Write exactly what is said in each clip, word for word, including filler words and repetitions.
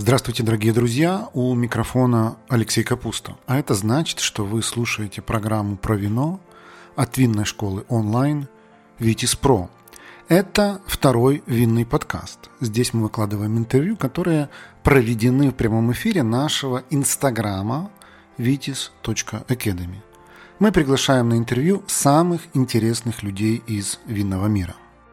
Здравствуйте, дорогие друзья! У микрофона Алексей Капуста. А это значит, что вы слушаете программу про вино от винной школы онлайн Vitis Pro. Это второй винный подкаст. Здесь мы выкладываем интервью, которые проведены в прямом эфире нашего инстаграма vitis точка academy. Мы приглашаем на интервью самых интересных людей из винного мира.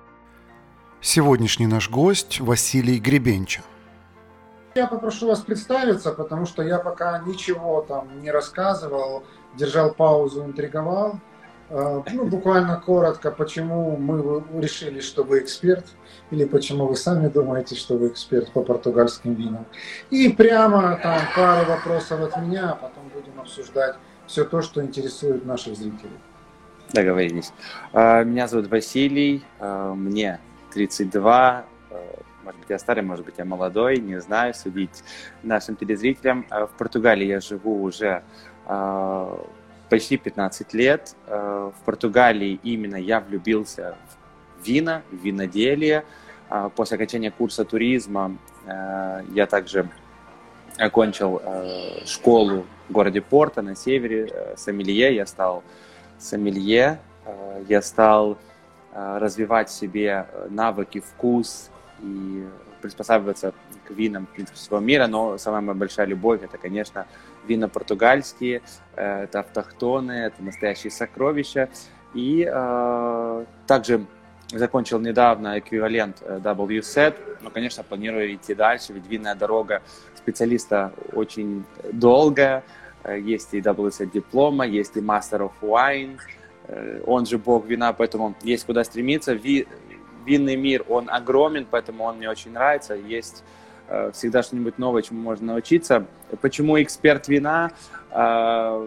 Сегодняшний наш гость Василий Гребенча. Я попрошу вас представиться, потому что я пока ничего там не рассказывал, держал паузу, интриговал. Ну, буквально коротко, почему мы решили, что вы эксперт, или почему вы сами думаете, что вы эксперт по португальским винам. И прямо там пару вопросов от меня, а потом будем обсуждать все то, что интересует наших зрителей. Договорились. Меня зовут Василий, мне тридцать два. Может быть, я старый, может быть, я молодой, не знаю, судить нашим телезрителям. В Португалии я живу уже э, почти пятнадцать лет. Э, в Португалии именно я влюбился в вина, в виноделие. Э, после окончания курса туризма э, я также окончил э, школу в городе Порто на севере, э, сомелье. Я стал сомелье, э, я стал э, развивать в себе навыки, вкус и приспосабливаться к винам, в принципе, всего мира, но самая моя большая любовь – это, конечно, вина португальские, это автохтоны, это настоящие сокровища. И э, также закончил недавно эквивалент дабл ю сет, но, конечно, планирую идти дальше, ведь винная дорога специалиста очень долгая, есть и дабл ю сет диплома, есть и Master of Wine, он же бог вина, поэтому есть куда стремиться. Винный мир, он огромен, поэтому он мне очень нравится. Есть э, всегда что-нибудь новое, чему можно научиться. Почему эксперт вина? Э,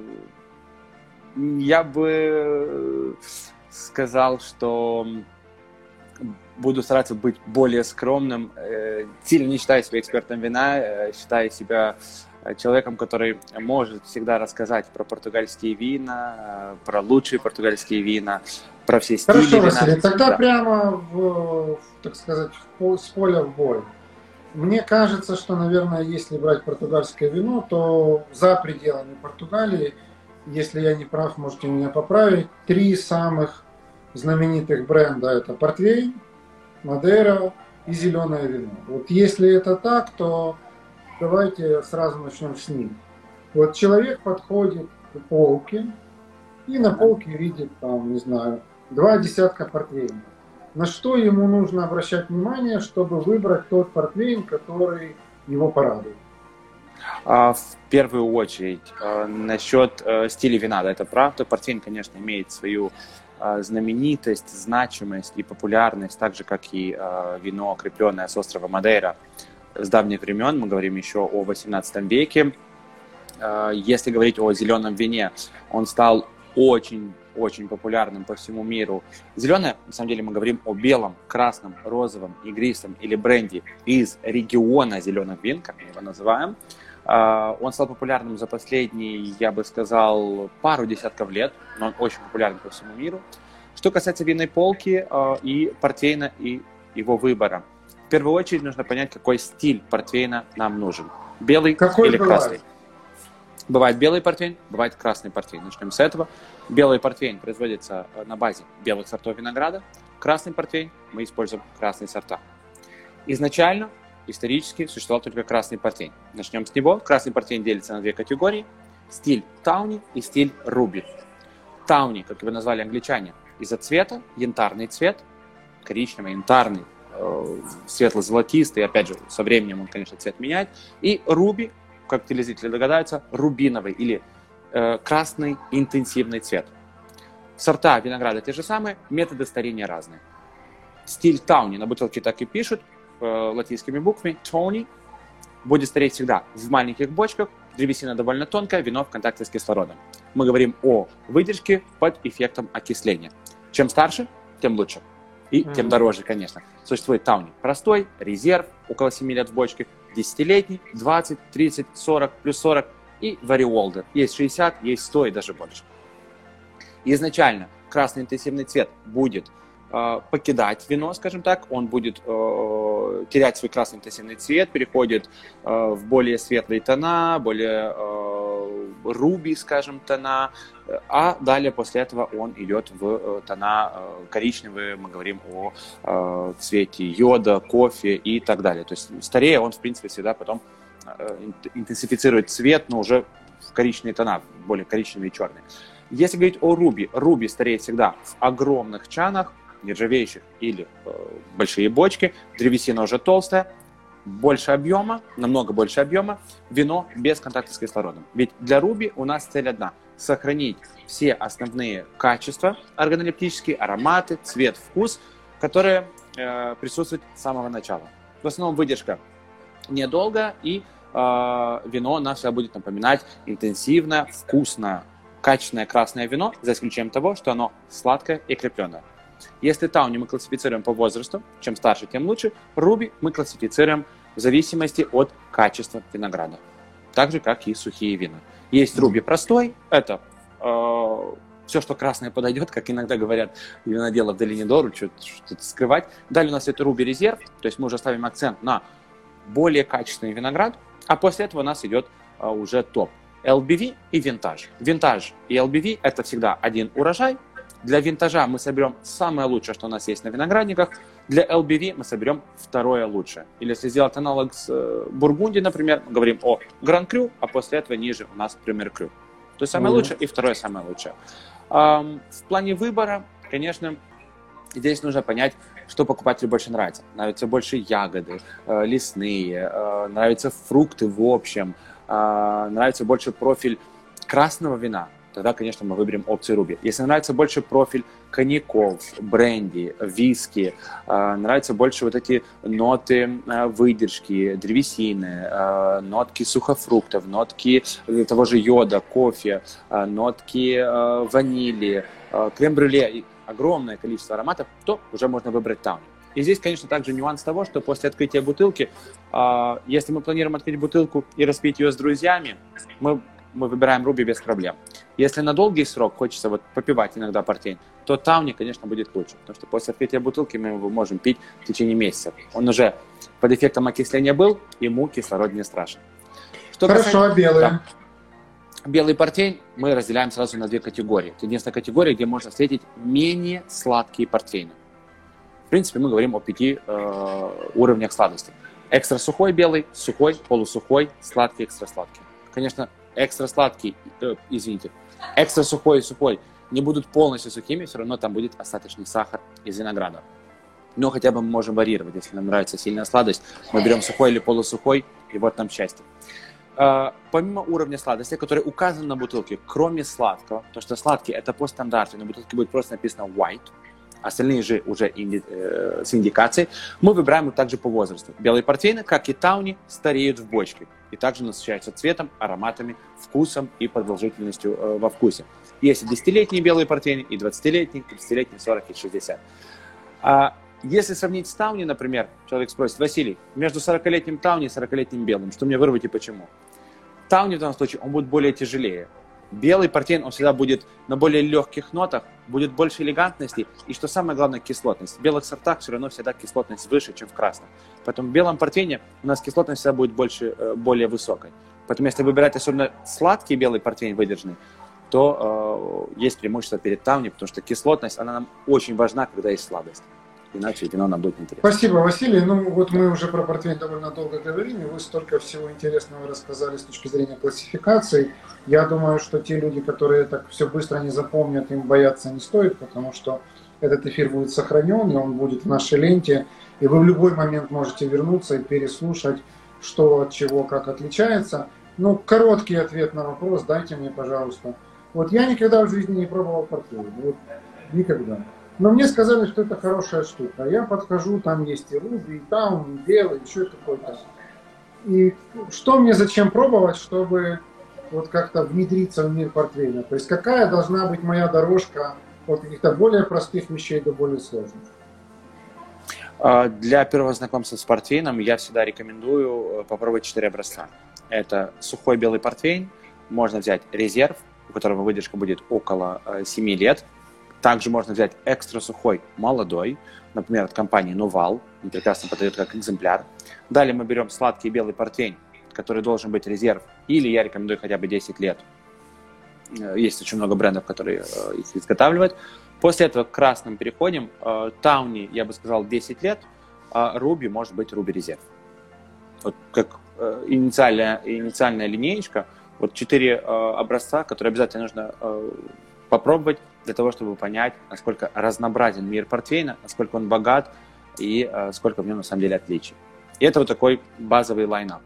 я бы сказал, что буду стараться быть более скромным. Э, сильно не считаю себя экспертом вина, э, считаю себя человеком, который может всегда рассказать про португальские вина, про лучшие португальские вина, про все стили Хорошо, вина. Василий, тогда да. прямо, в, так сказать, с поля в бой. Мне кажется, что, наверное, если брать португальское вино, то за пределами Португалии, если я не прав, можете меня поправить, три самых знаменитых бренда – это портвейн, Мадейра и зеленое вино. Вот если это так, то давайте сразу начнем с них. Вот человек подходит к полке и на полке видит, там, не знаю, два десятка портвейнов. На что ему нужно обращать внимание, чтобы выбрать тот портвейн, который его порадует? В первую очередь, насчет стиля вина, да, это правда. Портвейн, конечно, имеет свою знаменитость, значимость и популярность, так же, как и вино, крепленное с острова Мадейра. С давних времен, мы говорим еще о восемнадцатом веке. Если говорить о зеленом вине, он стал очень-очень популярным по всему миру. Зеленое, на самом деле, мы говорим о белом, красном, розовом, игристом или бренди из региона зеленых вин, как мы его называем. Он стал популярным за последние, я бы сказал, пару десятков лет, но он очень популярен по всему миру. Что касается винной полки и портвейна, и его выбора. В первую очередь нужно понять, какой стиль портвейна нам нужен. Белый какой или бывает? красный. Бывает белый портвейн, бывает красный портвейн. Начнем с этого. Белый портвейн производится на базе белых сортов винограда. Красный портвейн мы используем красные сорта. Изначально, исторически, существовал только красный портвейн. Начнем с него. Красный портвейн делится на две категории. Стиль тауни и стиль руби. Тауни, как его назвали англичане, из-за цвета, янтарный цвет, коричневый, янтарный, светло-золотистый, опять же, со временем он, конечно, цвет меняет. И руби, как телезрители догадаются, рубиновый или э, красный интенсивный цвет. Сорта винограда те же самые, методы старения разные. Стиль тауни на бутылке так и пишут, э, латинскими буквами, тони, будет стареть всегда в маленьких бочках, древесина довольно тонкая, вино в контакте с кислородом. Мы говорим о выдержке под эффектом окисления. Чем старше, тем лучше. И mm-hmm. тем дороже, конечно. Существует тауни простой, резерв, около семи лет в бочке, десятилетний, двадцать, тридцать, сорок, плюс сорок и вариолдер. Есть шестьдесят, есть сто и даже больше. Изначально красный интенсивный цвет будет э, покидать вино, скажем так, он будет э, терять свой красный интенсивный цвет, переходит э, в более светлые тона, более э, руби, скажем, тона, а далее после этого он идет в э, тона э, коричневые, мы говорим о э, цвете йода, кофе и так далее. То есть старея он, в принципе, всегда потом э, интенсифицирует цвет, но уже в коричневые тона, более коричневые и черные. Если говорить о руби, руби стареет всегда в огромных чанах, нержавеющих или э, большие бочки, древесина уже толстая, больше объема, намного больше объема, вино без контакта с кислородом. Ведь для руби у нас цель одна – сохранить все основные качества органолептические, ароматы, цвет, вкус, которые э, присутствуют с самого начала. В основном выдержка недолго, и э, вино нам всегда будет напоминать интенсивное, вкусное, качественное красное вино, за исключением того, что оно сладкое и крепленое. Если тауни мы классифицируем по возрасту, чем старше, тем лучше, руби мы классифицируем в зависимости от качества винограда, так же, как и сухие вина. Есть руби простой, это э, все, что красное подойдет, как иногда говорят виноделы в долине Дору, что-то скрывать. Далее у нас это руби резерв, то есть мы уже ставим акцент на более качественный виноград, а после этого у нас идет э, уже топ. эл би ви и винтаж. Винтаж и эл би ви это всегда один урожай. Для винтажа мы соберем самое лучшее, что у нас есть на виноградниках. Для эл би ви мы соберем второе лучшее. Или если сделать аналог с э, Бургундией, например, мы говорим о Гран Крю, а после этого ниже у нас Премьер Крю. То есть самое mm-hmm. лучшее и второе самое лучшее. Эм, в плане выбора, конечно, здесь нужно понять, что покупателю больше нравится. Нравятся больше ягоды, э, лесные, э, нравятся фрукты в общем, э, нравится больше профиль красного вина. Тогда, конечно, мы выберем опцию руби. Если нравится больше профиль коньяков, бренди, виски, э, нравятся больше вот эти ноты э, выдержки, древесины, э, нотки сухофруктов, нотки того же йода, кофе, э, нотки э, ванили, э, крем-брюле, огромное количество ароматов, то уже можно выбрать тауни. И здесь, конечно, также нюанс того, что после открытия бутылки, э, если мы планируем открыть бутылку и распить ее с друзьями, мы мы выбираем руби без проблем. Если на долгий срок хочется вот попивать иногда портвейн, то тауни, конечно, будет лучше, потому что после открытия бутылки мы его можем пить в течение месяца. Он уже под эффектом окисления был, ему кислород не страшен. Что Хорошо, касается... а белый? Да. Белый портвейн мы разделяем сразу на две категории. Это единственная категория, где можно встретить менее сладкие портвейны. В принципе, мы говорим о пяти э, уровнях сладости. Экстра сухой белый, сухой, полусухой, сладкий, экстра сладкий. Конечно, экстра сладкий, э, извините, экстра сухой и сухой не будут полностью сухими, все равно там будет остаточный сахар из винограда. Но хотя бы мы можем варьировать, если нам нравится сильная сладость, мы берем сухой или полусухой, и вот нам счастье. Э, помимо уровня сладости, который указан на бутылке, кроме сладкого, потому что сладкий это по стандарту, на бутылке будет просто написано white, остальные же уже инди, э, с индикацией, мы выбираем их также по возрасту. Белые портвейны, как и тауни, стареют в бочке и также насыщаются цветом, ароматами, вкусом и продолжительностью э, во вкусе. Есть и десятилетние белые портвейны, и двадцатилетние, тридцатилетние, сорок и шестьдесят. А если сравнить с тауни, например, человек спросит: Василий, между сорокалетним тауни и сорокалетним белым, что мне вырвать и почему? Тауни в данном случае, он будет более тяжелее. Белый портвейн, он всегда будет на более легких нотах, будет больше элегантности и, что самое главное, кислотность. В белых сортах все равно всегда кислотность выше, чем в красном. Поэтому в белом портвейне у нас кислотность всегда будет больше, более высокой. Поэтому если выбирать особенно сладкий белый портвейн выдержанный, то э, есть преимущество перед тауни, потому что кислотность, она нам очень важна, когда есть сладость. Иначе вино нам будет неинтересно. Спасибо, Василий. Ну вот мы уже про портвейн довольно долго говорим, и вы столько всего интересного рассказали с точки зрения классификации. Я думаю, что те люди, которые так все быстро не запомнят, им бояться не стоит, потому что этот эфир будет сохранен, и он будет в нашей ленте, и вы в любой момент можете вернуться и переслушать, что от чего, как отличается. Ну, короткий ответ на вопрос дайте мне, пожалуйста. Вот я никогда в жизни не пробовал портвейн, вот никогда. Но мне сказали, что это хорошая штука. Я подхожу, там есть и руби, и таун, и белый, еще какой-то. И что мне зачем пробовать, чтобы вот как-то внедриться в мир портвейна? То есть какая должна быть моя дорожка от каких-то более простых вещей до более сложных? Для первого знакомства с портвейном я всегда рекомендую попробовать четыре образца. Это сухой белый портвейн, можно взять резерв, у которого выдержка будет около семи лет. Также можно взять экстра сухой молодой, например, от компании Noval, он прекрасно подойдет как экземпляр. Далее мы берем сладкий белый портвейн, который должен быть резерв, или я рекомендую хотя бы десять лет. Есть очень много брендов, которые их изготавливают. После этого к красным переходим. Тауни, я бы сказал, десять лет, а Руби может быть Руби резерв. Вот как инициальная, инициальная линеечка, вот четыре образца, которые обязательно нужно попробовать для того, чтобы понять, насколько разнообразен мир портвейна, насколько он богат и сколько в нем на самом деле отличий. И это вот такой базовый лайнап.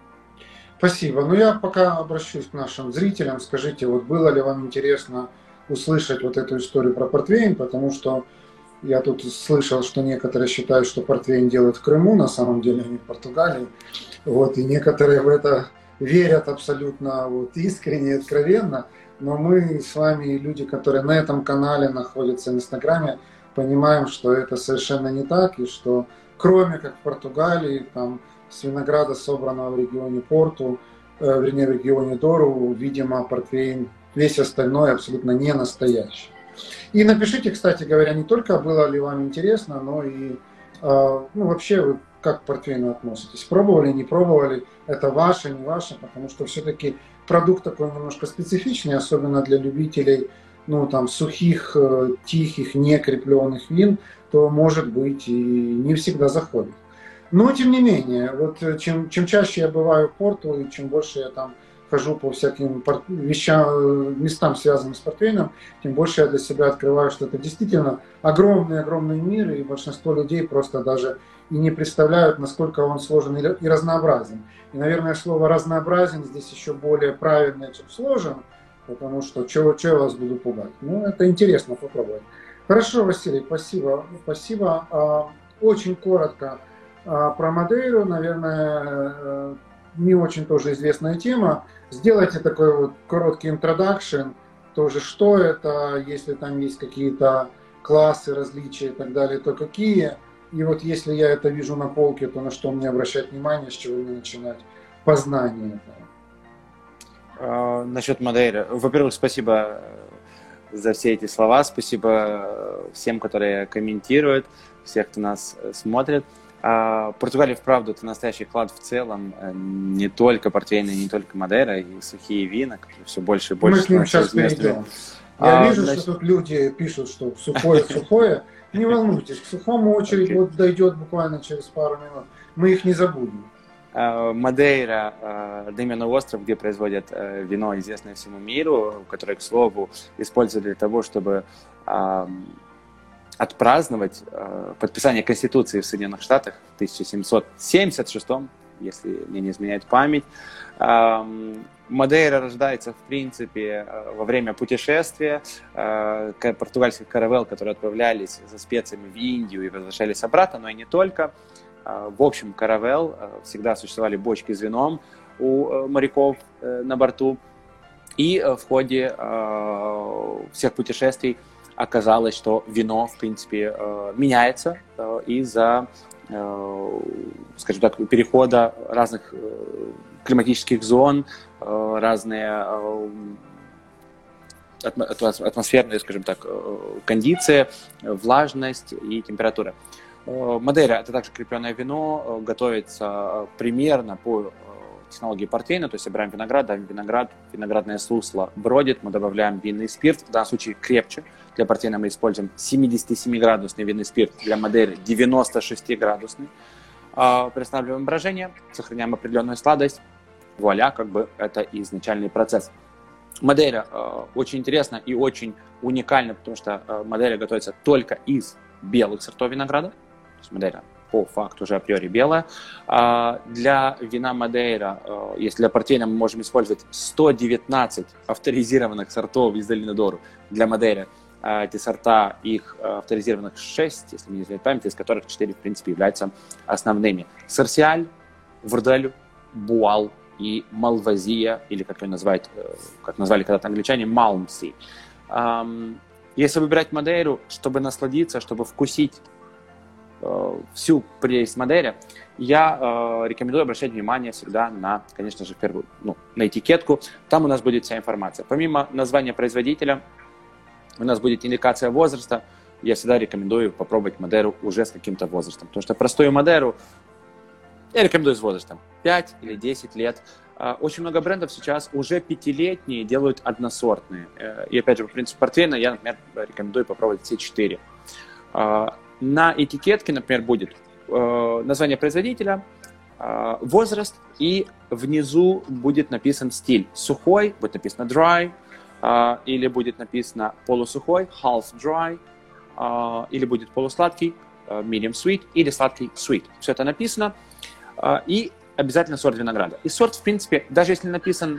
Спасибо. Ну, я пока обращусь к нашим зрителям. Скажите, вот было ли вам интересно услышать вот эту историю про портвейн, потому что я тут слышал, что некоторые считают, что портвейн делают в Крыму, на самом деле они в Португалии. Вот, и некоторые в это верят абсолютно вот, искренне и откровенно. Но мы с вами, люди, которые на этом канале находятся в Инстаграме, понимаем, что это совершенно не так, и что кроме как в Португалии, там, с винограда, собранного в регионе Порту, э, вернее в регионе Дору, видимо, портвейн, весь остальной абсолютно не настоящий. И напишите, кстати говоря, не только было ли вам интересно, но и э, ну, вообще вы как к портвейну относитесь. Пробовали, не пробовали, это ваше, не ваше, потому что все-таки продукт такой немножко специфичный, особенно для любителей ну, там, сухих, тихих, некрепленных вин, то, может быть, и не всегда заходит. Но, тем не менее, вот чем, чем чаще я бываю в Порту, и чем больше я там хожу по всяким вещам, местам, связанным с портвейном, тем больше я для себя открываю, что это действительно огромный-огромный мир, и большинство людей просто даже и не представляют, насколько он сложен и разнообразен. И, наверное, слово «разнообразен» здесь еще более правильное, чем «сложен», потому что чего, чего я вас буду пугать. Ну, это интересно попробовать. Хорошо, Василий, спасибо. Спасибо. Очень коротко про Мадейру, наверное, не очень тоже известная тема. Сделайте такой вот короткий интродакшн, тоже что это, если там есть какие-то классы, различия и так далее, то какие. И вот если я это вижу на полке, то на что мне обращать внимание, с чего мне начинать познание этого. Насчет Мадейры. Во-первых, спасибо за все эти слова, спасибо всем, которые комментируют, всех, кто нас смотрит. Португалия, вправду, это настоящий клад в целом, не только портвейны, не только Мадейра, и сухие вина, которые все больше и больше. Мы к ним сейчас перейдем. Я а, вижу, значит... что тут люди пишут, что сухое-сухое. Не волнуйтесь, к сухому очередь okay. вот дойдет буквально через пару минут. Мы их не забудем. Мадейра, одноименный остров, где производят вино, известное всему миру, которое, к слову, используют для того, чтобы отпраздновать подписание Конституции в Соединенных Штатах в тысяча семьсот семьдесят шестом, если мне не изменяет память. Мадейра рождается, в принципе, во время путешествия. Португальских каравелл, которые отправлялись за специями в Индию и возвращались обратно, но и не только. В общем, каравелл всегда существовали бочки с вином у моряков на борту. И в ходе всех путешествий оказалось, что вино, в принципе, меняется из-за, скажем так, перехода разных климатических зон, разные атмосферные, скажем так, кондиции, влажность и температура. Мадейра – это также крепленное вино, готовится примерно по технологии портвейна, то есть собираем виноград, даем виноград, виноградное сусло бродит, мы добавляем винный спирт, в данном случае крепче. Для портвейна мы используем семидесятисемиградусный винный спирт, для Мадейры девяносто шестиградусный. Приостанавливаем брожение, сохраняем определенную сладость. Вуаля, как бы это изначальный процесс. Мадейра э, очень интересна и очень уникальна, потому что э, Мадейра готовится только из белых сортов винограда. То есть Мадейра по факту уже априори белая. А для вина Мадейра, э, если для портвейна мы можем использовать сто девятнадцать авторизированных сортов из долины Дору, для Мадейры э, эти сорта, их э, авторизированных шесть, если мне не изменяет память, из которых четыре, в принципе, являются основными. Сорсиаль, Вурделю, Буал и Малвазия, или как ее называют, как назвали когда-то англичане, Малмси. Если выбирать Мадейру, чтобы насладиться, чтобы вкусить всю прелесть Мадейры, я рекомендую обращать внимание всегда на, конечно же, первую, ну, на этикетку. Там у нас будет вся информация. Помимо названия производителя, у нас будет индикация возраста, я всегда рекомендую попробовать Мадеру уже с каким-то возрастом. Потому что простую Мадеру я рекомендую с возрастом пять или десять лет. Очень много брендов сейчас уже пятилетние делают односортные. И опять же, по принципу портвейна я, например, рекомендую попробовать все четыре. На этикетке, например, будет название производителя, возраст, и внизу будет написан стиль. Сухой, будет написано dry, или будет написано полусухой, half dry, или будет полусладкий, medium sweet, или сладкий sweet. Все это написано. И обязательно сорт винограда. И сорт, в принципе, даже если написан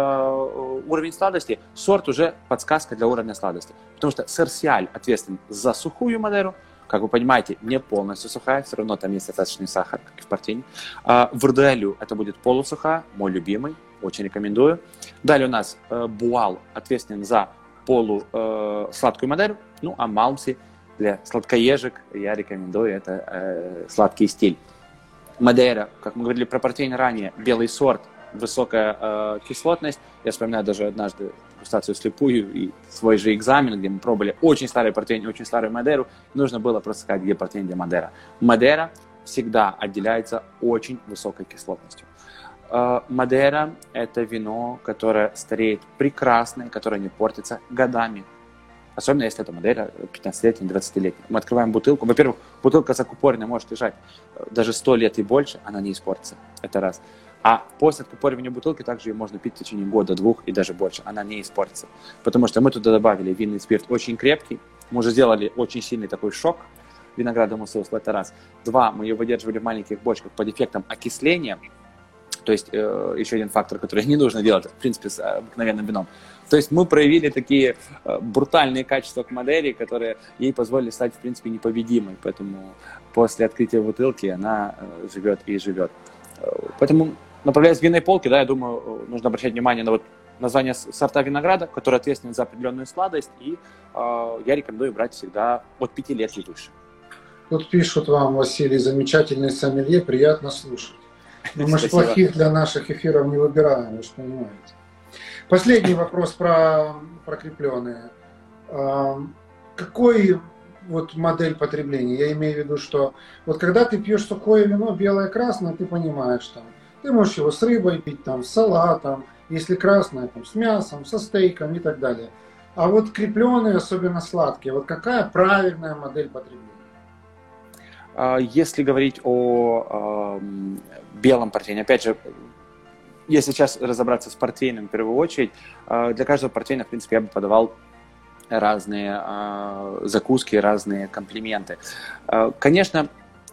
э, уровень сладости, сорт уже подсказка для уровня сладости. Потому что Сорсиаль ответственен за сухую Мадеру. Как вы понимаете, не полностью сухая, все равно там есть остаточный сахар, как и в портвейне. А в Урделю это будет полусухая, мой любимый, очень рекомендую. Далее у нас э, Буал ответственен за полусладкую э, Мадеру. Ну, а Малмси для сладкоежек я рекомендую, это э, сладкий стиль. Мадейра, как мы говорили про портвейн ранее, белый сорт, высокая э, кислотность. Я вспоминаю даже однажды дегустацию слепую и свой же экзамен, где мы пробовали очень старый портвейн и очень старую Мадейру. Нужно было просто сказать, где портвейн, где Мадейра. Мадейра всегда отделяется очень высокой кислотностью. Э, Мадейра – это вино, которое стареет прекрасно, которое не портится годами. Особенно, если это Мадейра пятнадцатилетняя, двадцатилетняя. Мы открываем бутылку. Во-первых, бутылка закупоренная может лежать даже сто лет и больше, она не испортится. Это раз. А после откупоривания бутылки также ее можно пить в течение года, двух и даже больше. Она не испортится. Потому что мы туда добавили винный спирт очень крепкий. Мы уже сделали очень сильный такой шок виноградному соусу. Это раз. Два, мы ее выдерживали в маленьких бочках под эффектом окисления. То есть э, еще один фактор, который не нужно делать, в принципе, с обыкновенным вином. То есть мы проявили такие э, брутальные качества к Мадере, которые ей позволили стать, в принципе, непобедимой. Поэтому после открытия бутылки она э, живет и живет. Поэтому, направляясь к винной полке, да, я думаю, нужно обращать внимание на вот название сорта винограда, который ответственен за определенную сладость. И э, я рекомендую брать всегда от пяти лет и выше. Тут пишут вам, Василий, замечательный сомелье, приятно слушать. Но мы же плохих для наших эфиров не выбираем, вы же понимаете. Последний вопрос про прокрепленные. Какой вот модель потребления? Я имею в виду, что вот когда ты пьешь сухое вино, белое, красное, ты понимаешь, там, ты можешь его с рыбой пить, там, с салатом, если красное, там, с мясом, со стейком и так далее. А вот крепленые, особенно сладкие, вот какая правильная модель потребления? Если говорить о э, белом портвейне, опять же, если сейчас разобраться с портвейном в первую очередь, э, для каждого портвейна, в принципе, я бы подавал разные э, закуски, разные комплименты. Э, конечно,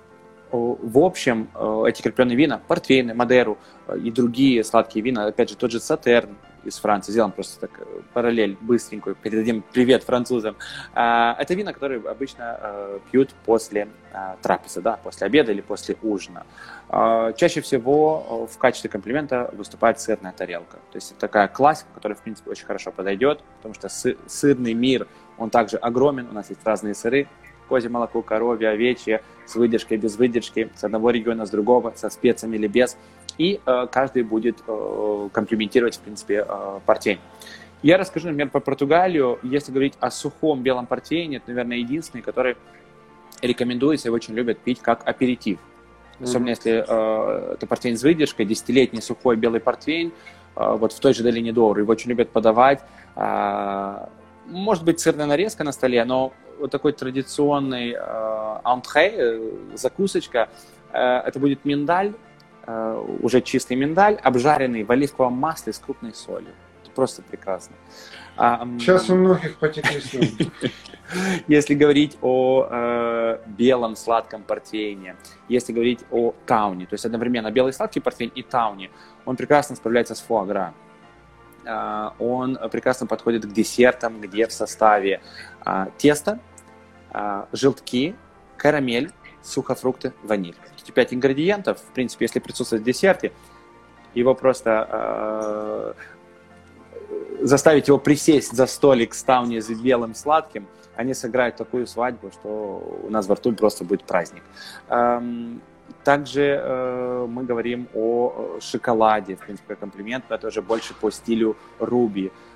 в общем, э, эти крепленные вина, портвейны, Мадеру э, и другие сладкие вина, опять же, тот же Сатерн из Франции, сделаем просто так параллель быстренькую, передадим привет французам. Это вина, которые обычно пьют после трапезы, да, после обеда или после ужина. Чаще всего в качестве комплимента выступает сырная тарелка. То есть такая классика, которая, в принципе, очень хорошо подойдет, потому что сырный мир, он также огромен, у нас есть разные сыры, козье молоко, коровье, овечье, с выдержкой, без выдержки, с одного региона, с другого, со специями или без. И э, каждый будет э, комплиментировать, в принципе, э, портвейн. Я расскажу, например, про Португалию. Если говорить о сухом белом портвейне, это, наверное, единственный, который рекомендуется и очень любят пить как аперитив. Особенно, mm-hmm. если э, это портвейн с выдержкой, десятилетний сухой белый портвейн, э, вот в той же долине Доуру. Его очень любят подавать. Э, может быть, сырная нарезка на столе, но вот такой традиционный э, антре, э, закусочка, э, это будет миндаль, Uh, уже чистый миндаль, обжаренный в оливковом масле с крупной солью. Это просто прекрасно. Uh, Сейчас у многих потекли слюнки. Если говорить о uh, белом сладком портвейне, если говорить о тауне, то есть одновременно белый сладкий портвейн и тауне, он прекрасно справляется с фуа-гра. Uh, он прекрасно подходит к десертам, где в составе uh, тесто, uh, желтки, карамель, сухофрукты, ваниль. Эти пять ингредиентов, в принципе, если присутствует в десерте, его просто э, заставить его присесть за столик с тауни с белым сладким, они сыграют такую свадьбу, что у нас во рту просто будет праздник. Эм, также э, мы говорим о шоколаде, в принципе, комплимент, но это уже больше по стилю Руби.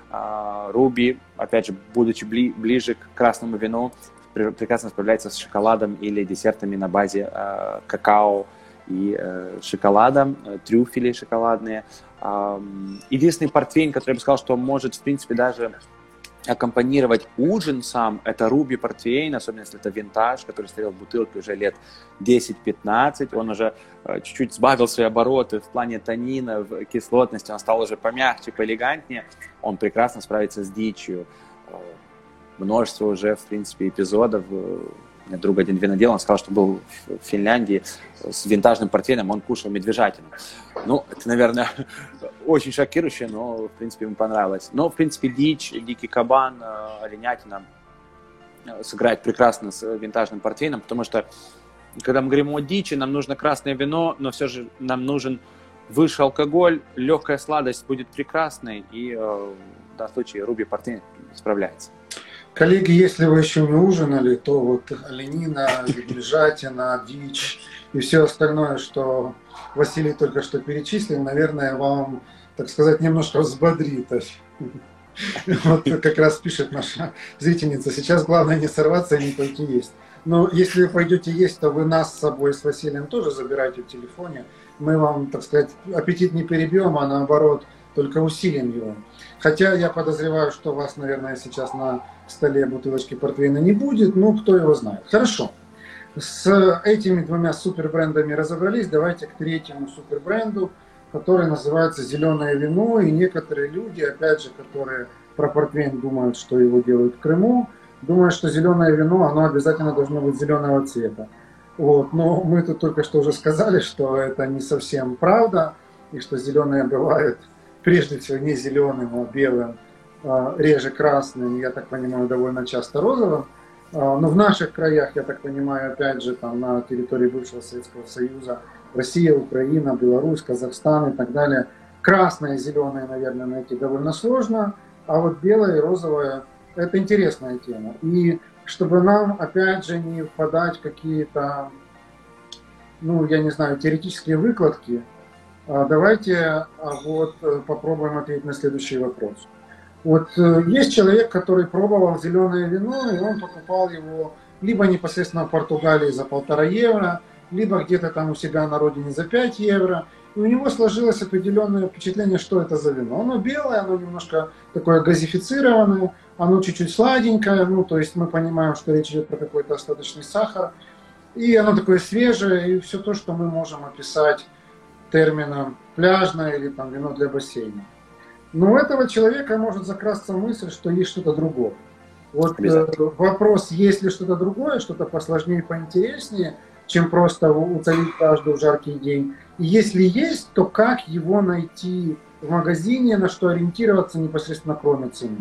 Руби, опять же, будучи бли, ближе к красному вину, прекрасно справляется с шоколадом или десертами на базе э, какао и э, шоколада, э, трюфели шоколадные. Э, единственный портвейн, который я бы сказал, что может, в принципе, даже аккомпанировать ужин сам, это Руби портвейн, особенно если это винтаж, который стоял в бутылке уже лет десять-пятнадцать, он уже э, чуть-чуть сбавил свои обороты в плане танина, в кислотности, он стал уже помягче, поэлегантнее, он прекрасно справится с дичью. Множество уже, в принципе, эпизодов. У меня друг один винодел, он сказал, что был в Финляндии с винтажным портвейном, он кушал медвежатину. Ну, это, наверное, очень шокирующе, но, в принципе, ему понравилось. Но, в принципе, дичь, дикий кабан, оленятина сыграет прекрасно с винтажным портвейном, потому что, когда мы говорим о дичи, нам нужно красное вино, но все же нам нужен выше алкоголь, легкая сладость будет прекрасной, и в данном случае Руби портвейн справляется. Коллеги, если вы еще не ужинали, то вот оленина, медвежатина, дичь и все остальное, что Василий только что перечислил, наверное, вам, так сказать, немножко взбодрит. Вот как раз пишет наша зрительница. Сейчас главное не сорваться и не пойти есть. Но если вы пойдете есть, то вы нас с собой, с Василием, тоже забирайте в телефоне. Мы вам, так сказать, аппетит не перебьем, а наоборот, только усилим его. Хотя я подозреваю, что у вас, наверное, сейчас на столе бутылочки портвейна не будет, ну, кто его знает. Хорошо. С этими двумя супербрендами разобрались. Давайте к третьему супербренду, который называется «Зеленое вино». И некоторые люди, опять же, которые про портвейн думают, что его делают в Крыму, думают, что зеленое вино, оно обязательно должно быть зеленого цвета. Вот. Но мы тут только что уже сказали, что это не совсем правда, и что зеленое бывает прежде всего не зеленым, а белым, реже красным, я так понимаю, довольно часто розовым. Но в наших краях, я так понимаю, опять же, там на территории бывшего Советского Союза, Россия, Украина, Беларусь, Казахстан и так далее, красное и зеленое, наверное, найти довольно сложно, а вот белое и розовое – это интересная тема. И чтобы нам, опять же, не впадать в какие-то, ну, я не знаю, теоретические выкладки, давайте вот попробуем ответить на следующий вопрос. Вот есть человек, который пробовал зеленое вино, и он покупал его либо непосредственно в Португалии за полтора евро, либо где-то там у себя на родине за пять евро. И у него сложилось определенное впечатление, что это за вино. Оно белое, оно немножко такое газифицированное, оно чуть-чуть сладенькое, ну то есть мы понимаем, что речь идет про какой-то остаточный сахар. И оно такое свежее, и все то, что мы можем описать термином пляжное или там вино для бассейна. Но у этого человека может закрасться мысль, что есть что-то другое. Вот э, вопрос, есть ли что-то другое, что-то посложнее, поинтереснее, чем просто утолить жажду в жаркий день. И если есть, то как его найти в магазине, на что ориентироваться непосредственно кроме цены?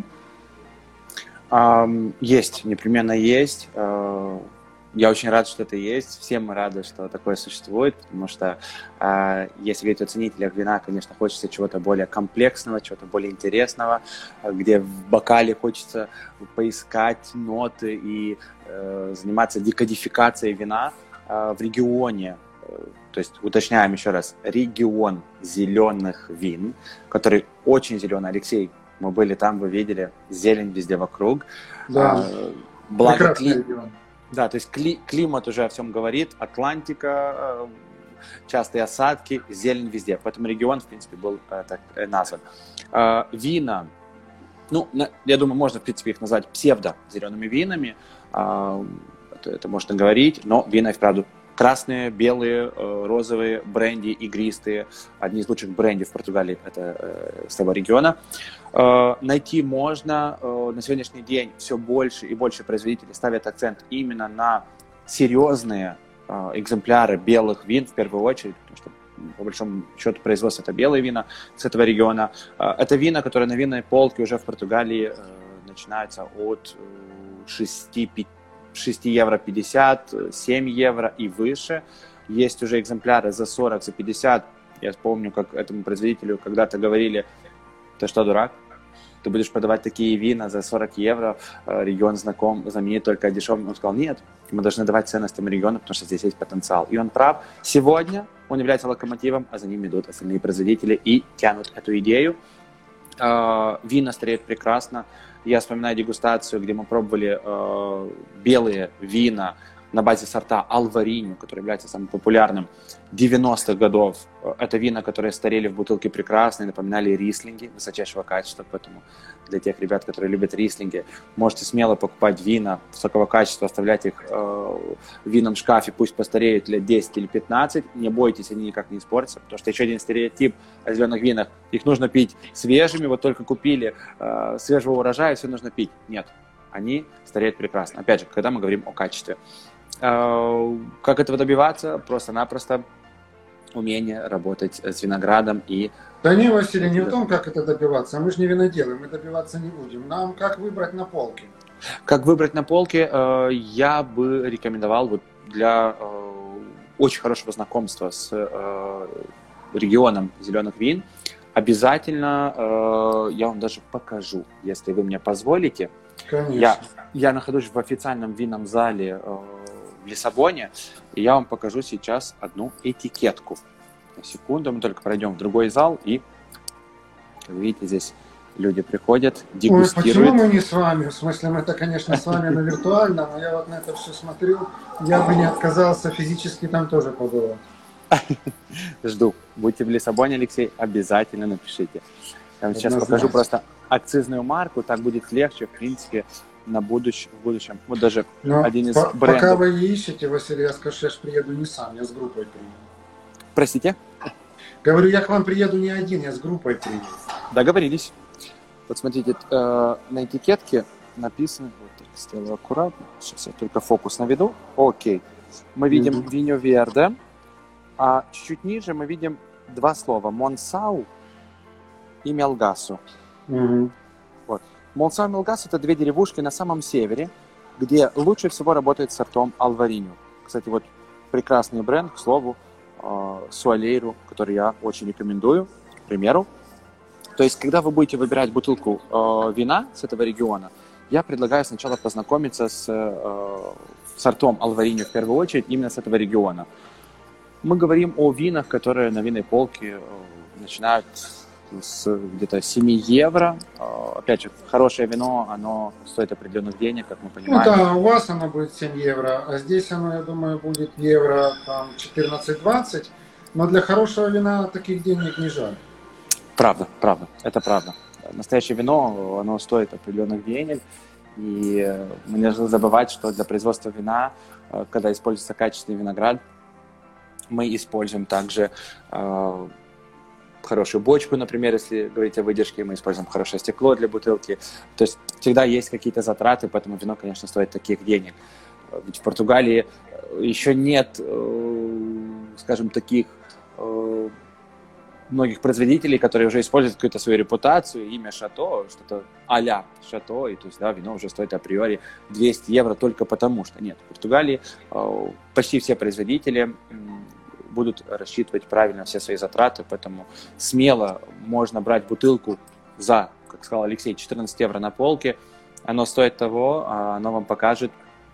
Um, есть, непременно есть. Uh... Я очень рад, что это есть. Все мы рады, что такое существует, потому что э, если говорить о ценителях вина, конечно, хочется чего-то более комплексного, чего-то более интересного, где в бокале хочется поискать ноты и э, заниматься декодификацией вина э, в регионе. То есть, уточняем еще раз, регион зеленых вин, который очень зеленый. Алексей, мы были там, вы видели, зелень везде вокруг. Да, э, благо прекрасный кли... регион. Да, то есть кли, климат уже о всем говорит, Атлантика, э, частые осадки, зелень везде. Поэтому регион, в принципе, был э, так э, назван. Э, вина, ну, на, я думаю, можно, в принципе, их назвать псевдо-зелеными винами. Э, это, это можно говорить, но вина, и вправду, красные, белые, э, розовые, бренди, игристые. Одни из лучших бренди в Португалии, это э, с того региона. Э, найти можно. Э, на сегодняшний день все больше и больше производителей ставят акцент именно на серьезные э, экземпляры белых вин в первую очередь, потому что по большому счету производство это белые вина с этого региона. Э, это вина, которые на винной полке уже в Португалии э, начинаются от э, шесть евро пятьдесят, семь евро и выше. Есть уже экземпляры за сорок, за пятьдесят. Я помню, как этому производителю когда-то говорили: ты что, дурак? Ты будешь продавать такие вина за сорок евро, регион знаком, знаменит только дешевым. Он сказал: нет, мы должны давать ценность этому региону, потому что здесь есть потенциал. И он прав. Сегодня он является локомотивом, а за ним идут остальные производители и тянут эту идею. Э, вина стареют прекрасно. Я вспоминаю дегустацию, где мы пробовали э, белые вина на базе сорта Алвариньо, который является самым популярным девяностых годов. Это вина, которые старели в бутылке прекрасно, напоминали рислинги высочайшего качества, поэтому для тех ребят, которые любят рислинги, можете смело покупать вина высокого качества, оставлять их э, в винном шкафе, пусть постареют лет десять или пятнадцать, не бойтесь, они никак не испортятся, потому что еще один стереотип о зеленых винах, их нужно пить свежими, вот только купили э, свежего урожая, все нужно пить. Нет, они стареют прекрасно. Опять же, когда мы говорим о качестве. Как этого добиваться? Просто-напросто умение работать с виноградом и... Да не, Василий, не в том, как это добиваться. Мы же не виноделы, мы добиваться не будем. Нам как выбрать на полке? Как выбрать на полке? Я бы рекомендовал вот для очень хорошего знакомства с регионом зеленых вин. Обязательно я вам даже покажу, если вы мне позволите. Конечно. Я, я нахожусь в официальном винном зале в Лиссабоне, и я вам покажу сейчас одну этикетку. На секунду, мы только пройдем в другой зал, и, как видите, здесь люди приходят, дегустируют. Ой, почему мы не с вами? В смысле, мы-то, конечно, с вами, но виртуально, но я вот на это все смотрю, я бы не отказался физически там тоже побывать. Жду. Будьте в Лиссабоне, Алексей, обязательно напишите. Я вам сейчас Однозначно. покажу просто акцизную марку, так будет легче, в принципе, на будущем, в будущем. Вот даже Но один из по- брендов. Пока вы ищете, Василий, я скажу, что я ж приеду не сам, я с группой приеду. Простите? Говорю, я к вам приеду не один, я с группой приеду. Договорились. Вот смотрите, э, на этикетке написано, вот так сделаю аккуратно, сейчас я только фокус наведу. Окей. Мы видим Мгм. Виньо Верде, а чуть-чуть ниже мы видим два слова: Монсау и Мелгасу. Мгм. Монсау и Мелгасу — это две деревушки на самом севере, где лучше всего работает сортом Алвариньо. Кстати, вот прекрасный бренд, к слову, Суалейру, который я очень рекомендую, к примеру. То есть, когда вы будете выбирать бутылку э, вина с этого региона, я предлагаю сначала познакомиться с э, сортом Алвариньо в первую очередь, именно с этого региона. Мы говорим о винах, которые на винной полке э, начинают с где-то семь евро. Э, опять же, хорошее вино, оно стоит определенных денег, как мы Ну понимаем. да, у вас оно будет семь евро, а здесь оно, я думаю, будет евро там четырнадцать-двадцать. Но для хорошего вина таких денег не жаль. Правда, правда, это правда. Настоящее вино, оно стоит определенных денег, и мы не должны забывать, что для производства вина, когда используется качественный виноград, мы используем также э, хорошую бочку, например, если говорить о выдержке, мы используем хорошее стекло для бутылки. То есть всегда есть какие-то затраты, поэтому вино, конечно, стоит таких денег. Ведь в Португалии еще нет, э, скажем, таких э, многих производителей, которые уже используют какую-то свою репутацию, имя Шато, что-то а-ля Шато, и то есть, да, вино уже стоит априори двести евро только потому, что нет. В Португалии э, почти все производители э, будут рассчитывать правильно все свои затраты, поэтому смело можно брать бутылку за, как сказал Алексей, четырнадцать евро на полке. Оно стоит того, оно вам покажет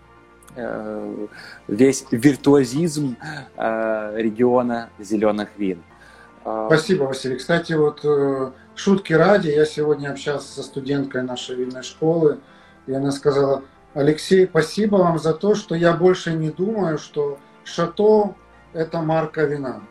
э, весь виртуозизм э, региона зеленых вин. Спасибо, Василий. Кстати, вот э, шутки ради, я сегодня общался со студенткой нашей винной школы, и она сказала: Алексей, спасибо вам за то, что я больше не думаю, что Шато – это марка вина.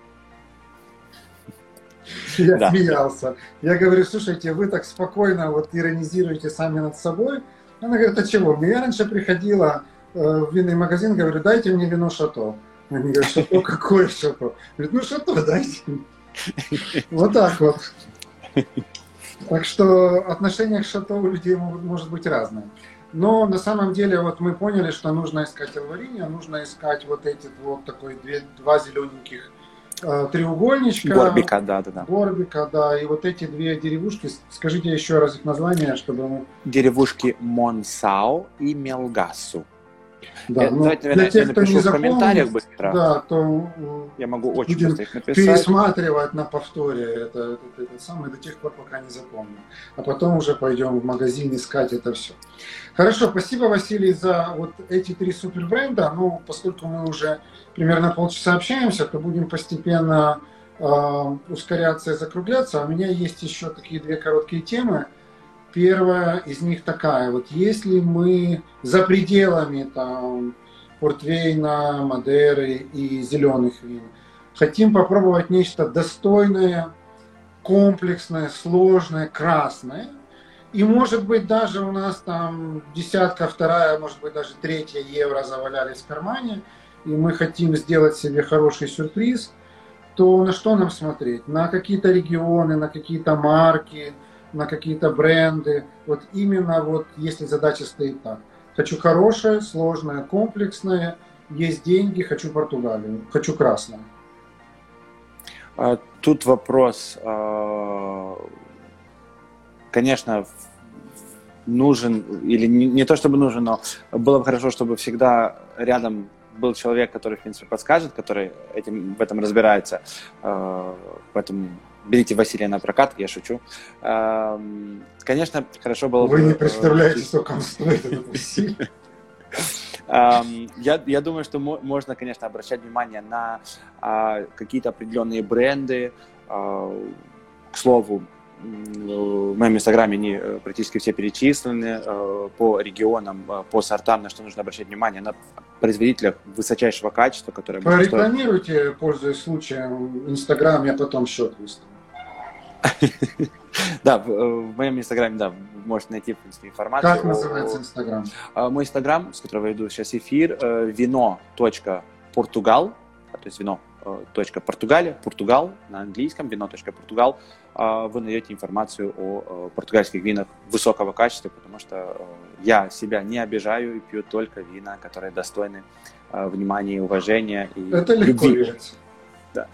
Я Да. смеялся. Я говорю: слушайте, вы так спокойно вот иронизируете сами над собой. Она говорит: а чего? Я раньше приходила э, в винный магазин, говорю: дайте мне вино Шато. Они говорят: Шато? Какое Шато? Говорит: ну Шато дайте. Вот так вот. Так что отношение к Шато у людей могут, может быть разное. Но на самом деле вот мы поняли, что нужно искать Алвариньо, нужно искать вот эти вот такой две, два зелененьких э, треугольничка. Горбика, да, да, да. Горбика, да. И вот эти две деревушки, скажите еще раз их название, чтобы мы... Деревушки Монсау и Мелгасу. Да, Я- ну, давайте, наверное, для я тех, кто напишу не в комментариях запомнит, быстро. да, то э, Я могу очень будем быстро их написать. пересматривать на повторе это, это, это самое до тех пор, пока не запомним. А потом уже пойдем в магазин искать это все. Хорошо, спасибо, Василий, за вот эти три супербренда. Ну, поскольку мы уже примерно полчаса общаемся, то будем постепенно ускоряться и закругляться. А у меня есть еще такие две короткие темы. Первая из них такая. Вот если мы за пределами там, портвейна, Мадеры и зеленых вин хотим попробовать нечто достойное, комплексное, сложное, красное, и может быть даже у нас там десятка, вторая, может быть даже третья евро завалялись в кармане, и мы хотим сделать себе хороший сюрприз, то на что нам смотреть? На какие-то регионы, на какие-то марки, на какие-то бренды. Вот именно вот если задача стоит так. Хочу хорошее, сложное, комплексное, есть деньги, хочу Португалию, хочу красное. Тут вопрос, конечно, нужен, или не то чтобы нужен, но было бы хорошо, чтобы всегда рядом был человек, который, в принципе, подскажет, который этим, в этом разбирается. Поэтому берите Василия на прокат, я шучу. Конечно, хорошо было бы... Вы не представляете, сколько он стоит, этот Василий. Я, я думаю, что можно, конечно, обращать внимание на а, какие-то определенные бренды. А, к слову, в моем инстаграме они практически все перечислены а, по регионам, по сортам, на что нужно обращать внимание, на производителях высочайшего качества, которые... Порекламируйте, стоят... пользуясь случаем, инстаграм, я потом счет выставлю. Да, в, в моем инстаграме, да, вы можете найти, в принципе, информацию. Как называется инстаграм? Мой инстаграм, с которого я веду сейчас эфир, вино точка португал, то есть вино точка португалия, Португал на английском, вино точка португал. Вы найдете информацию о португальских винах высокого качества, потому что я себя не обижаю и пью только вина, которые достойны внимания и уважения. И это легко верится. Да.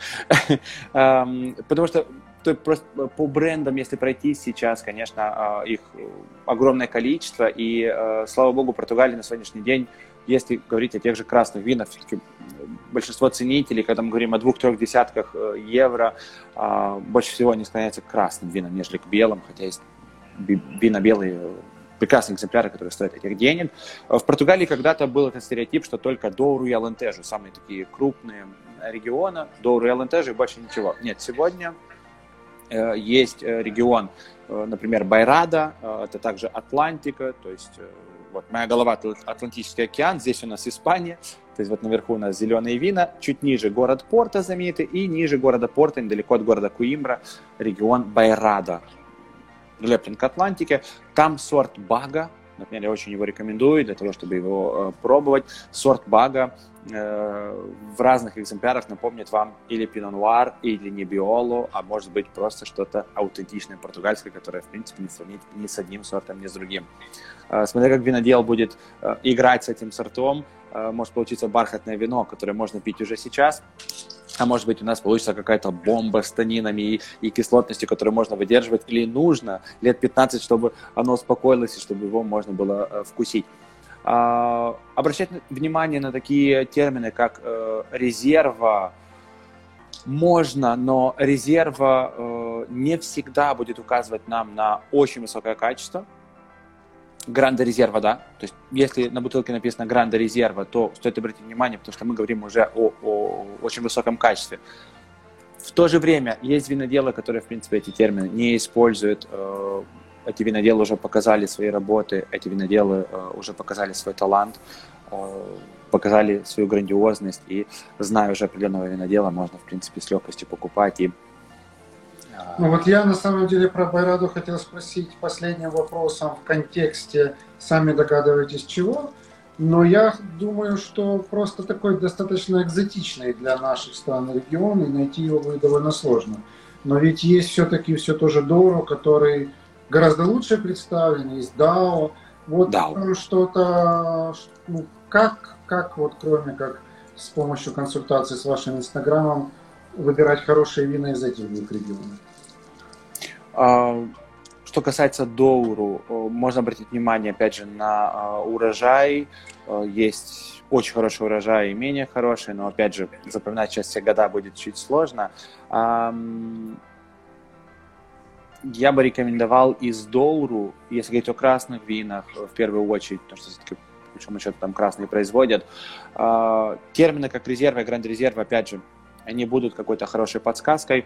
Потому что то просто по брендам, если пройтись сейчас, конечно, их огромное количество, и, слава богу, Португалия на сегодняшний день, если говорить о тех же красных винах, все-таки большинство ценителей, когда мы говорим о двух-трех десятках евро, больше всего они склоняются к красным винам, нежели к белым, хотя есть вина белые, прекрасные экземпляры, которые стоят этих денег. В Португалии когда-то был этот стереотип, что только Доуру и Алентежу, самые такие крупные регионы, Доуру и Алентежу и больше ничего. Нет, сегодня есть регион, например, Байрада, это также Атлантика, то есть вот моя голова — Атлантический океан, здесь у нас Испания, то есть вот наверху у нас зеленые вина, чуть ниже город Порто знаменитый, и ниже города Порто, недалеко от города Коимбра, регион Байрада, прилеплен к Атлантике. Там сорт Бага, например, я очень его рекомендую для того, чтобы его э, пробовать. Сорт Бага э, в разных экземплярах напомнит вам или Пино Нуар, или Небиоло, а может быть просто что-то аутентичное португальское, которое, в принципе, не сравнить ни с одним сортом, ни с другим. Э, смотря как винодел будет э, играть с этим сортом, э, может получиться бархатное вино, которое можно пить уже сейчас. А может быть, у нас получится какая-то бомба с танинами и, и кислотностью, которую можно выдерживать, или нужно лет пятнадцать, чтобы оно успокоилось и чтобы его можно было э, вкусить. А, обращать внимание на такие термины, как э, резерва, можно, но резерва э, не всегда будет указывать нам на очень высокое качество. Гранде резерва, да. То есть, если на бутылке написано Гранде резерва, то стоит обратить внимание, потому что мы говорим уже о, о очень высоком качестве. В то же время есть виноделы, которые, в принципе, эти термины не используют. Эти виноделы уже показали свои работы, эти виноделы уже показали свой талант, показали свою грандиозность, и, зная уже определенного винодела, можно, в принципе, с легкостью покупать и... Ну вот я на самом деле про Байраду хотел спросить последним вопросом в контексте, сами догадываетесь чего, но я думаю, что просто такой достаточно экзотичный для наших стран и регион, и найти его будет довольно сложно. Но ведь есть все-таки все тоже Доуру, который гораздо лучше представлен, есть дао, вот дао. Что-то, ну, как, как вот кроме как с помощью консультации с вашим инстаграмом выбирать хорошие вина из этих двух регионов? Что касается Доуру, можно обратить внимание, опять же, на урожай. Есть очень хороший урожай и менее хороший, но, опять же, запоминать сейчас все года будет чуть сложно. Я бы рекомендовал из Доуру, если говорить о красных винах, в первую очередь, потому что все-таки, по большому счету, там красные производят, термины как резерва и гранд-резерва, опять же, они будут какой-то хорошей подсказкой.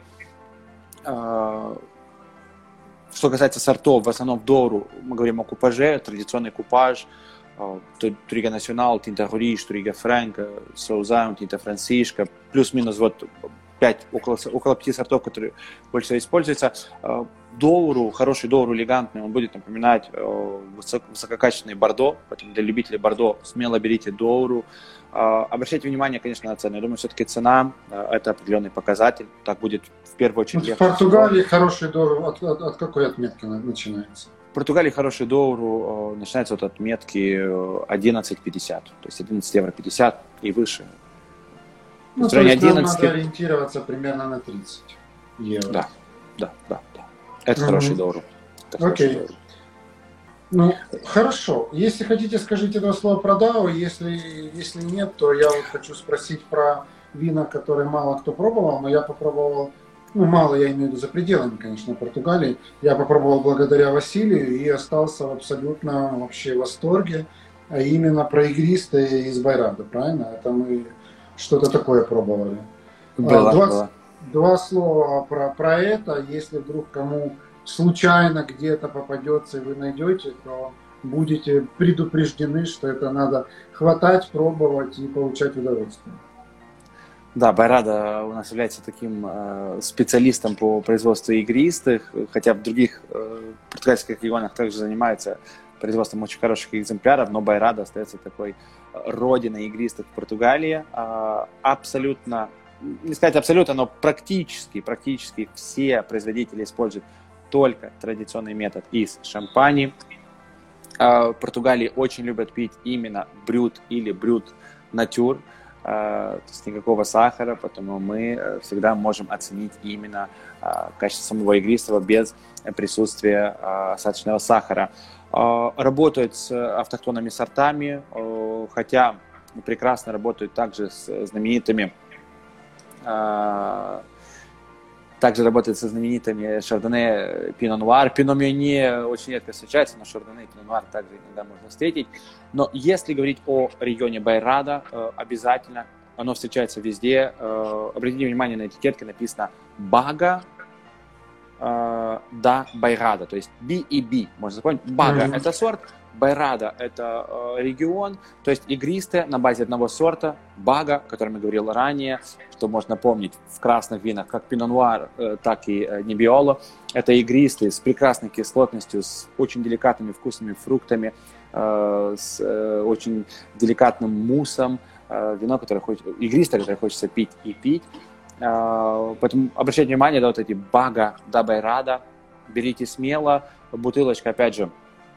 Что касается сортов, в основном в Доуру мы говорим о купаже, традиционный купаж, Турига Национал, Тинта Гориш, Турига Фрэнк, Соузаун, Тинта Франсишка, плюс-минус вот пять, около, около пяти сортов, которые больше всего используются. Доуру, хороший Доуру, элегантный, он будет напоминать высоко, высококачественный бордо, поэтому для любителей бордо смело берите Доуру. Обращайте внимание, конечно, на цену. Я думаю, все-таки цена – это определенный показатель. Так будет в первую очередь. Вот в Португалии хороший Доуру от, от, от какой отметки начинается? В Португалии хороший Доуру начинается вот от отметки одиннадцать пятьдесят, то есть одиннадцать евро пятьдесят и выше. Ну, то есть одиннадцать... нам надо ориентироваться примерно на тридцать евро. Да, да, да. да. Это mm-hmm. хороший Доуру. Окей. Okay. Ну, хорошо. Если хотите, скажите два слова про дао. Если, если нет, то я вот хочу спросить про вина, которые мало кто пробовал, но я попробовал, ну, мало, я имею в виду за пределами, конечно, Португалии. Я попробовал благодаря Василию и остался в абсолютно вообще восторге, а именно про игристые из Байрада, правильно? Это мы что-то такое пробовали. Было, два, было. Два слова про, про это. Если вдруг кому случайно где-то попадется и вы найдете, то будете предупреждены, что это надо хватать, пробовать и получать удовольствие. Да, Байрада у нас является таким э, специалистом по производству игристых, хотя в других э, португальских регионах также занимается производством очень хороших экземпляров, но Байрада остается такой родиной игристых в Португалии. Э, абсолютно, не сказать абсолютно, но практически, практически все производители используют только традиционный метод из шампани. В Португалии очень любят пить именно брют или брют натюр, то есть никакого сахара, поэтому мы всегда можем оценить именно качество самого игристого без присутствия остаточного сахара. Работают с автохтонными сортами, хотя прекрасно работают также с знаменитыми Также работает со знаменитыми шардоне, пино нуар. Пино мюйне очень редко встречается, но шардоне и пино нуар также иногда можно встретить. Но если говорить о регионе Байрада, обязательно, оно встречается везде. Обратите внимание, на этикетке написано «Бага да Байрада», то есть B и B, можно запомнить. Бага mm-hmm. – это сорт, Байрада – это э, регион, то есть игристые на базе одного сорта. Бага, о котором я говорил ранее, что можно помнить в красных винах, как пино нуар, э, так и э, небиоло. Это игристые с прекрасной кислотностью, с очень деликатными вкусными фруктами, э, с э, очень деликатным муссом. Э, вино, которое хочется, игристое, которое хочется пить и пить. Э, поэтому обращайте внимание на вот эти Бага да Байрада. Берите смело. Бутылочка, опять же,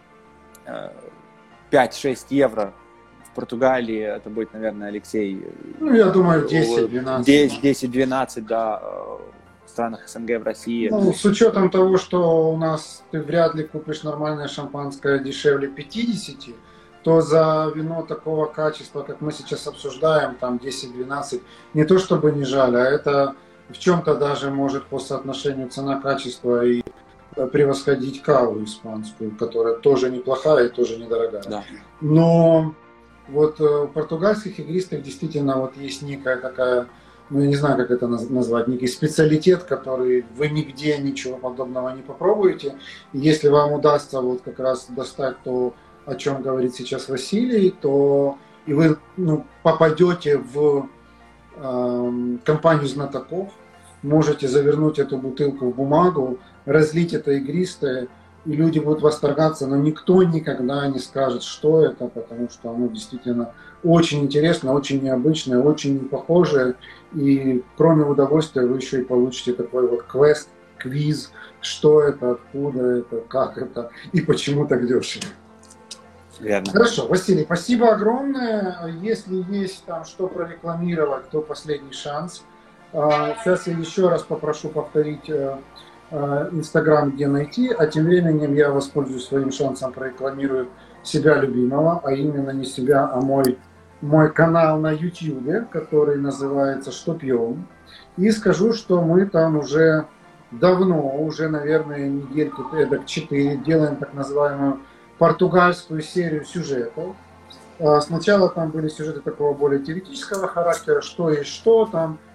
пять-шесть евро. В Португалии это будет, наверное, Алексей... Ну, я думаю, десять-двенадцать. десять-двенадцать, да, в странах СНГ, в России. Ну, с учетом того, что у нас ты вряд ли купишь нормальное шампанское дешевле пятьдесят, то за вино такого качества, как мы сейчас обсуждаем, там десять-двенадцать, не то чтобы не жаль, а это в чем-то даже может по соотношению цена-качество и превосходить каву испанскую, которая тоже неплохая и тоже недорогая. Да. Но вот у португальских игристых действительно вот есть некая такая, ну я не знаю, как это назвать, некий специалитет, который вы нигде ничего подобного не попробуете. И если вам удастся вот как раз достать то, о чем говорит сейчас Василий, то и вы ну, попадете в э, компанию знатоков, можете завернуть эту бутылку в бумагу, разлить это игристое, и люди будут восторгаться, но никто никогда не скажет, что это, потому что оно действительно очень интересно, очень необычное, очень непохожее, и кроме удовольствия вы еще и получите такой вот квест, квиз, что это, откуда это, как это и почему так дешево. Верно. Хорошо, Василий, спасибо огромное. Если есть там что прорекламировать, то последний шанс. Сейчас я еще раз попрошу повторить Инстаграм, где найти, а тем временем я воспользуюсь своим шансом, прорекламирую себя любимого, а именно не себя, а мой, мой канал на Ютьюбе, который называется «Что пьем?». И скажу, что мы там уже давно, уже, наверное, недельки эдак четыре, делаем так называемую португальскую серию сюжетов. Сначала там были сюжеты такого более теоретического характера, что есть что там,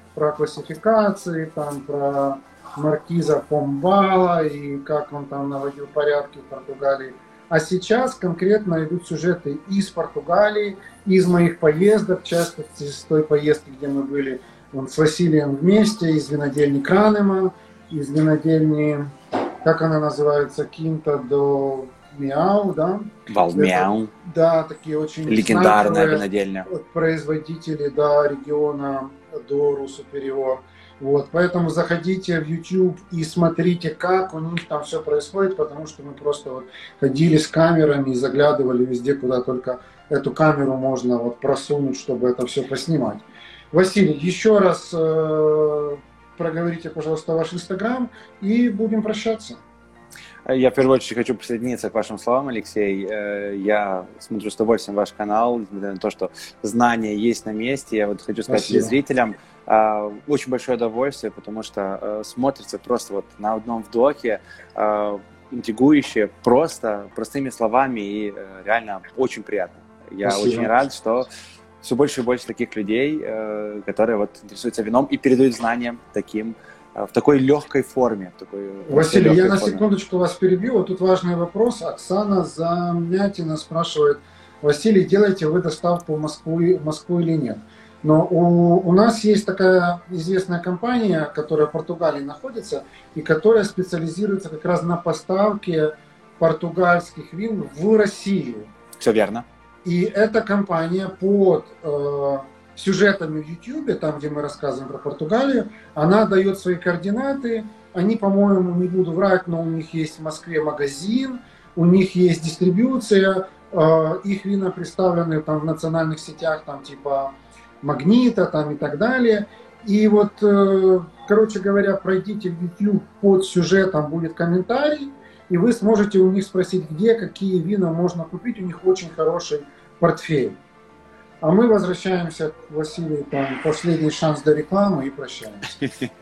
про классификации, там, про маркиза Помбала и как он там наводил порядки в Португалии. А сейчас конкретно идут сюжеты из Португалии, из моих поездок, в частности, с той поездки, где мы были вон, с Василием вместе, из винодельни Кранема, из винодельни, как она называется, Кинта до Мяу, да? Валмяу. Да, такие очень легендарная винодельня. Производители, да, региона Дору, Супериор. Вот, поэтому заходите в YouTube и смотрите, как у них там все происходит, потому что мы просто вот ходили с камерами и заглядывали везде, куда только эту камеру можно вот просунуть, чтобы это все поснимать. Василий, еще раз э, проговорите, пожалуйста, ваш Инстаграм и будем прощаться. Я в первую очередь хочу присоединиться к вашим словам, Алексей. Я смотрю с удовольствием ваш канал, несмотря на то, что знания есть на месте. Я вот хочу сказать зрителям, очень большое удовольствие, потому что смотрится просто вот на одном вдохе, интригующе, просто, простыми словами и реально очень приятно. Я Спасибо. Очень рад, что все больше и больше таких людей, которые вот интересуются вином и передают знания таким в такой легкой форме. Такой, Василий, я на форме. секундочку вас перебью. Вот тут важный вопрос. Оксана Замятина спрашивает: Василий, делаете вы доставку в Москву, в Москву или нет? Но у, у нас есть такая известная компания, которая в Португалии находится, и которая специализируется как раз на поставке португальских вин в Россию. Все верно. И эта компания под э, сюжетами в YouTube, там, где мы рассказываем про Португалию, она дает свои координаты. Они, по-моему, не буду врать, но у них есть в Москве магазин, у них есть дистрибьюция, э, их вина представлены там в национальных сетях, там типа Магнита там и так далее. И вот, э, короче говоря, пройдите в YouTube, под сюжетом будет комментарий, и вы сможете у них спросить, где, какие вина можно купить. У них очень хороший портфель. А мы возвращаемся к Василию, там, последний шанс до рекламы и прощаемся.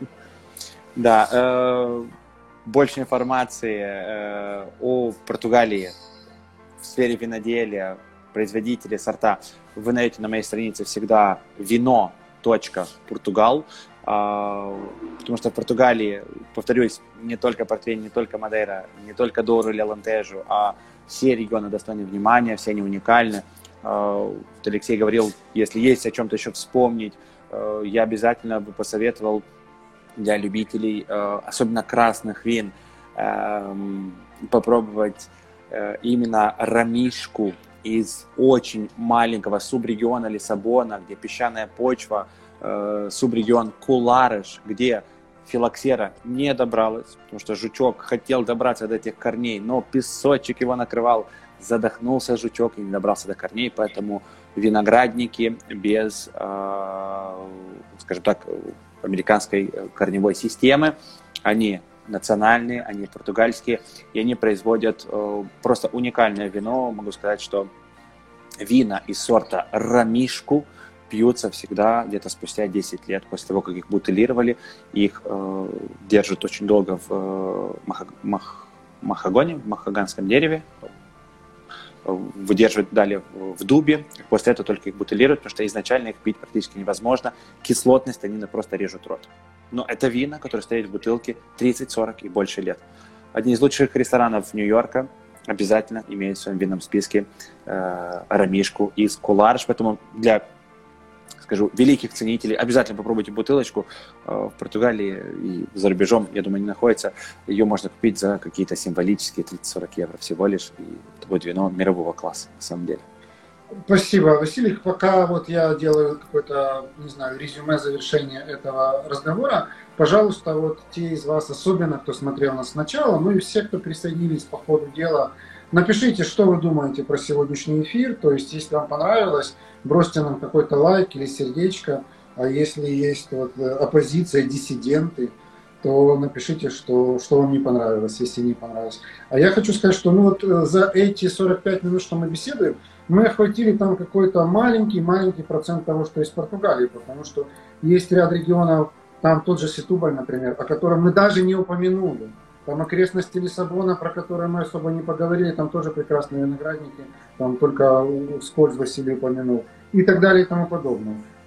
Да, больше информации о Португалии в сфере виноделия, производители, сорта вы найдете на моей странице всегда вино точка португал. Потому что в Португалии, повторюсь, не только Портвейн, не только Мадейра, не только Доуру или Алантежу, а все регионы достойны внимания, все они уникальны. Алексей говорил, если есть о чем-то еще вспомнить, я обязательно бы посоветовал для любителей, особенно красных вин, попробовать именно ромишку из очень маленького субрегиона Лиссабона, где песчаная почва, субрегион Кулареш, где филоксера не добралась, потому что жучок хотел добраться до этих корней, но песочек его накрывал, задохнулся жучок и не добрался до корней, поэтому виноградники без, скажем так, американской корневой системы, они национальные, они португальские, и они производят просто уникальное вино. Могу сказать, что вина из сорта ромишку пьются всегда где-то спустя десять лет после того, как их бутылировали. Их э, держат очень долго в э, мах, мах, махагоне, в махаганском дереве, выдерживают далее в, в дубе. После этого только их бутылируют, потому что изначально их пить практически невозможно. Кислотность, они просто режут рот. Но это вина, которые стоят в бутылке тридцать, сорок и больше лет. Один из лучших ресторанов Нью-Йорка обязательно имеет в своем винном списке э, ромишку из Кулареш, поэтому для, скажу, великих ценителей обязательно попробуйте бутылочку. В Португалии и за рубежом, я думаю, не находится. Ее можно купить за какие-то символические тридцать-сорок евро всего лишь. И это будет вино мирового класса, на самом деле. Спасибо, Василий. Пока вот я делаю какое-то, не знаю, резюме завершения этого разговора, пожалуйста, вот те из вас, особенно кто смотрел нас сначала, ну и все, кто присоединились по ходу дела, напишите, что вы думаете про сегодняшний эфир. То есть, если вам понравилось, бросьте нам какой-то лайк или сердечко. А если есть вот оппозиция, диссиденты, то напишите, что, что вам не понравилось, если не понравилось. А я хочу сказать, что ну вот за эти сорок пять минут, что мы беседуем, мы охватили там какой-то маленький-маленький процент того, что из Португалии, потому что есть ряд регионов, там тот же Сетубаль, например, о котором мы даже не упомянули. Там окрестности Лиссабона, про которые мы особо не поговорили, там тоже прекрасные виноградники, там только вскользь Василий упомянул, и так далее и тому подобное.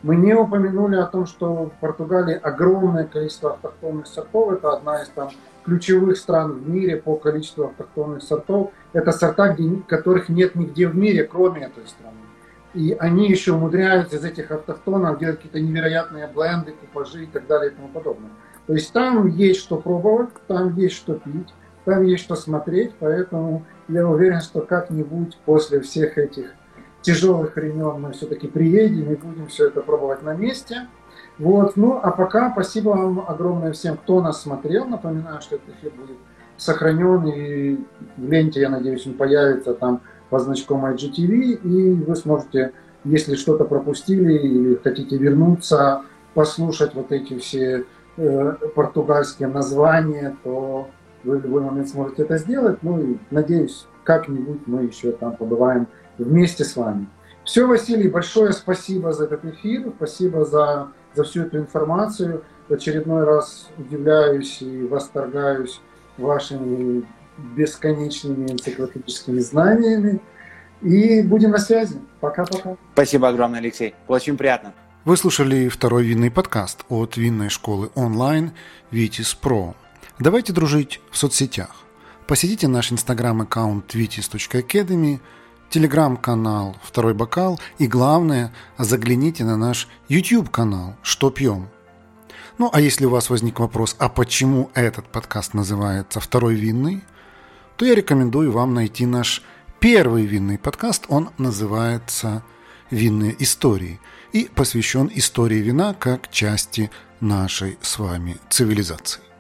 Мы не упомянули о том, что в Португалии огромное количество автохтонных сортов. Это одна из там ключевых стран в мире по количеству автохтонных сортов. Это сорта, которых нет нигде в мире, кроме этой страны. И они еще умудряются из этих автохтонов делать какие-то невероятные бленды, купажи и так далее и тому подобное. То есть там есть что пробовать, там есть что пить, там есть что смотреть. Поэтому я уверен, что как-нибудь после всех этих тяжелых времен мы все-таки приедем и будем все это пробовать на месте. Вот. Ну, а пока спасибо вам огромное всем, кто нас смотрел. Напоминаю, что этот эфир будет сохранен, и в ленте, я надеюсь, он появится там под значком ай джи ти ви, и вы сможете, если что-то пропустили или хотите вернуться, послушать вот эти все э, португальские названия, то вы в любой момент сможете это сделать. Ну и надеюсь, как-нибудь мы еще там побываем вместе с вами. Все, Василий, большое спасибо за этот эфир, спасибо за, за всю эту информацию. В очередной раз удивляюсь и восторгаюсь вашими бесконечными энциклопедическими знаниями. И будем на связи. Пока-пока. Спасибо огромное, Алексей. Было очень приятно. Вы слушали второй винный подкаст от винной школы онлайн Vitis Pro. Давайте дружить в соцсетях. Посетите наш инстаграм-аккаунт vitis точка academy, телеграм-канал «Второй бокал» и, главное, загляните на наш YouTube-канал «Что пьем?». Ну, а если у вас возник вопрос, а почему этот подкаст называется «Второй винный?», то я рекомендую вам найти наш первый винный подкаст. Он называется «Винные истории» и посвящен истории вина как части нашей с вами цивилизации.